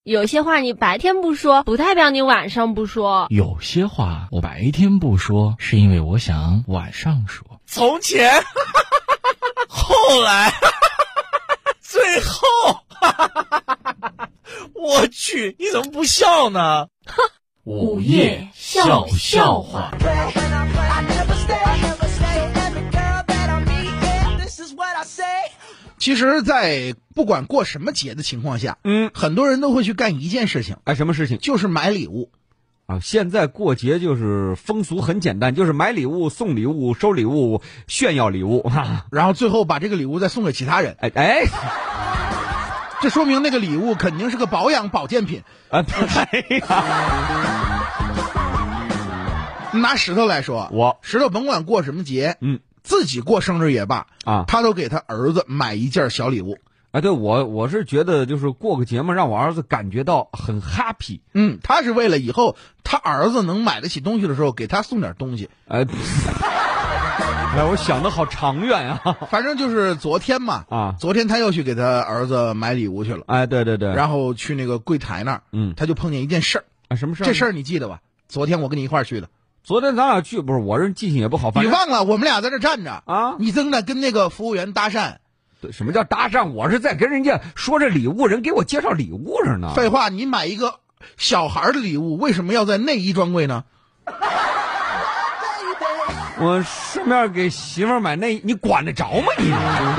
有些话你白天不说，不代表你晚上不说。 有些话我白天不说，是因为我想晚上说。 从前，后来，最后，我去，你怎么不笑呢？ 午夜笑笑话。 其实在不管过什么节的情况下，很多人都会去干一件事情。 什么事情？ 就是买礼物啊！现在过节就是风俗很简单，就是买礼物、送礼物、收礼物、炫耀礼物， 然后最后把这个礼物再送给其他人。这说明那个礼物肯定是个保养保健品啊！对呀。 拿石头来说，石头甭管过什么节，自己过生日也罢啊，他都给他儿子买一件小礼物。 对，我是觉得就是过个节嘛，让我儿子感觉到很 happy。 他是为了以后他儿子能买得起东西的时候，给他送点东西。 我想的好长远呀。 反正就是昨天嘛，昨天他又去给他儿子买礼物去了。 对， 然后去那个柜台那儿，他就碰见一件事儿。 什么事儿？ 这事儿你记得吧？昨天我跟你一块儿去的。 昨天咱俩去，不是我这记性也不好。 你忘了我们俩在这站着啊？你正在跟那个服务员搭讪。 对，什么叫搭讪？我是在跟人家说这礼物，人给我介绍礼物着呢。 废话，你买一个小孩的礼物，为什么要在内衣专柜呢？ 我顺便给媳妇儿买内衣，你管得着吗你？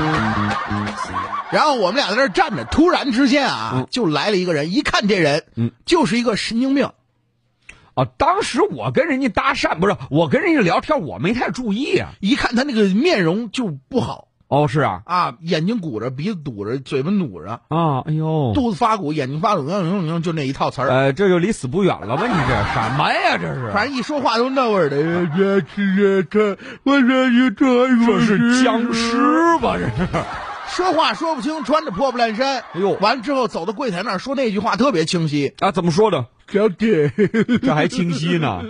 然后我们俩在这站着，突然之间就来了一个人，一看这人，就是一个神经病。 当时我跟人家搭讪，不是我跟人家聊天，我没太注意啊。 一看他那个面容就不好。 是啊。 眼睛鼓着，鼻子堵着，嘴巴努着哎呦， 肚子发鼓，眼睛发堵，就那一套词儿。 这就离死不远了吧？你这什么呀？这是， 反正一说话都那味儿的。 这是僵尸吧？这是。 说话说不清，穿着破布烂衫。完了之后走到柜台那儿说那句话特别清晰啊！怎么说的？ 小姐， 这还清晰呢。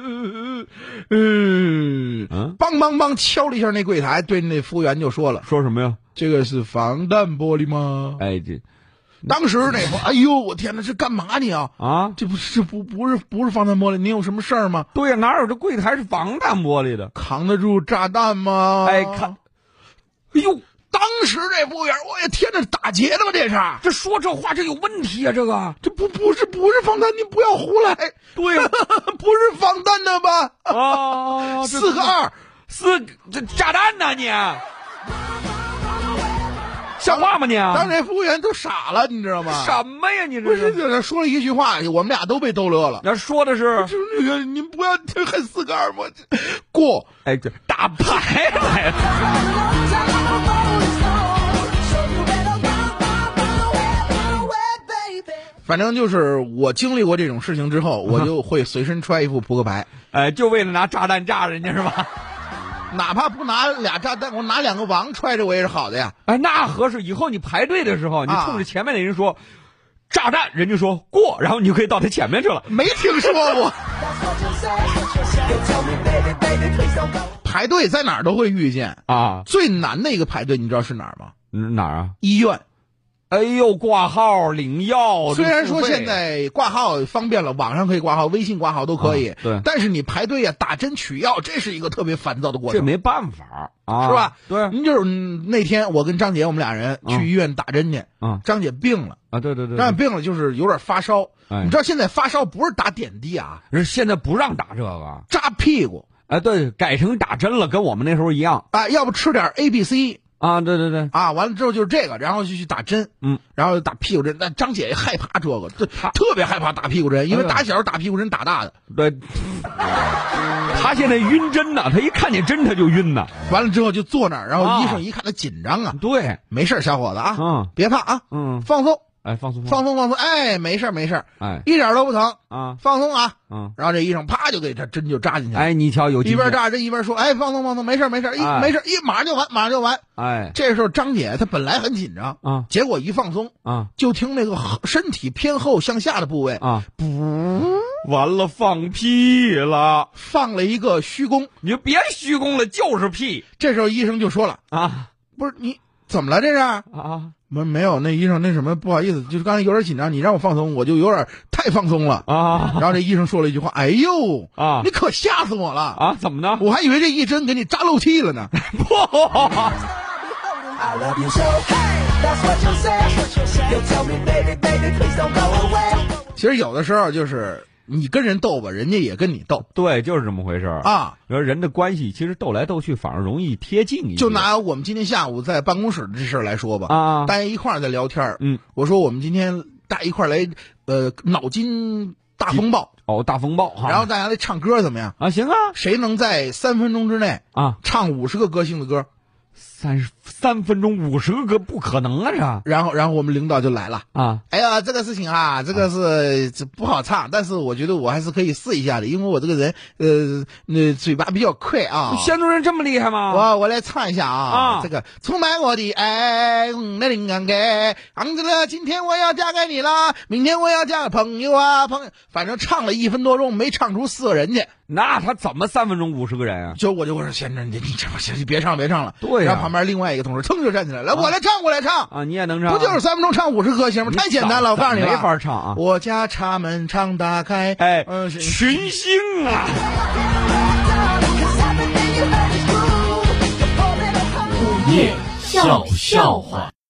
梆梆梆敲了一下那柜台，对那服务员就说了：“ 说什么呀？ 这个是防弹玻璃吗？”当时那会儿，哎呦，我天哪，这干嘛你啊？这不是防弹玻璃，您有什么事儿吗？ 对呀，哪有这柜台是防弹玻璃的？ 扛得住炸弹吗？ 哎呦！ 当时这服务员，我也天哪，打劫的吗？ 这说这话这有问题啊！这个这不是防弹，您不要胡来。 对呀， 不是防弹的吧？4个2， 这炸弹呢你？像话吗你？ 当时服务员都傻了，你知道吗？ 什么呀你这？ 不是在说了一句话，我们俩都被逗乐了。 那说的是就是那个，您不要还4个2吗？过， 这打牌来了。 反正就是我经历过这种事情之后，我就会随身揣一副扑克牌， 就为了拿炸弹炸人家是吧？ 哪怕不拿俩炸弹，我拿2个王揣着我也是好的呀。 那合适。以后你排队的时候，你冲着前面的人说炸弹，人家说过，然后你就可以到他前面去了。 没听说过。排队在哪儿都会遇见最难的一个排队，你知道是哪儿吗？ 哪儿啊？ 医院。 哎呦，挂号领药。 虽然说现在挂号方便了，网上可以挂号，微信挂号都可以。 对。 但是你排队打针取药，这是一个特别烦躁的过程。 这没办法是吧？ 对。 您就是那天我跟张姐我们俩人去医院打针去。张姐病了对。 张姐病了，就是有点发烧。你知道现在发烧不是打点滴人现在不让打这个， 扎屁股。 对，改成打针了，跟我们那时候一样要不吃点 ABC。 对完了之后就是这个，然后就去打针，然后打屁股针。那张姐也害怕这个，特别害怕打屁股针，因为打小打屁股针打大的。 对，他现在晕针呢，他一看见针他就晕呢。 完了之后就坐那儿，然后医生一看他紧张对， 没事小伙子别怕放松。 放松， 没事， 一点都不疼放松然后这医生啪就给他针就扎进去你瞧有一边扎针一边说放松，没事，没事，马上就完。这时候张姐她本来很紧张结果一放松就听那个身体偏后向下的部位完了，放屁了， 放了一个虚弓。 你就别虚弓了，就是屁。 这时候医生就说了啊， 不是你怎么了这是没有，那医生那什么，不好意思，就是刚才有点紧张，你让我放松，我就有点太放松了啊。然后这医生说了一句话，哎呦啊，你可吓死我了啊！ 怎么呢？ 我还以为这一针给你扎漏气了呢。其实有的时候就是你跟人斗吧，人家也跟你斗， 对，就是这么回事啊。人的关系其实斗来斗去反而容易贴近一些。 就拿我们今天下午在办公室这事儿来说吧啊，大家一块儿在聊天，我说我们今天大家一块儿来脑筋大风暴大风暴哈， 然后大家来唱歌怎么样啊？行啊， 谁能在3分钟之内啊唱50个歌星的歌 ？3分钟50个歌不可能啊！ 然后我们领导就来了啊！ 哎呀，这个事情啊，这个是不好唱，但是我觉得我还是可以试一下的，因为我这个人嘴巴比较快啊。 山东人这么厉害吗？ 我来唱一下啊！这个充满我的爱，那灵感给今天我要嫁给你啦，明天我要嫁给朋友啊，反正唱了1分多钟，没唱出4个人去。 那他怎么3分钟50个人啊？ 我说先生，你别唱了。 对然后旁边另外一个同事腾就站起来了，我来唱啊！你也能唱？ 不就是3分钟唱50个行吗？太简单了，我告诉你没法唱啊！ 我家茶门常打开， 群星啊！ 午夜笑笑话。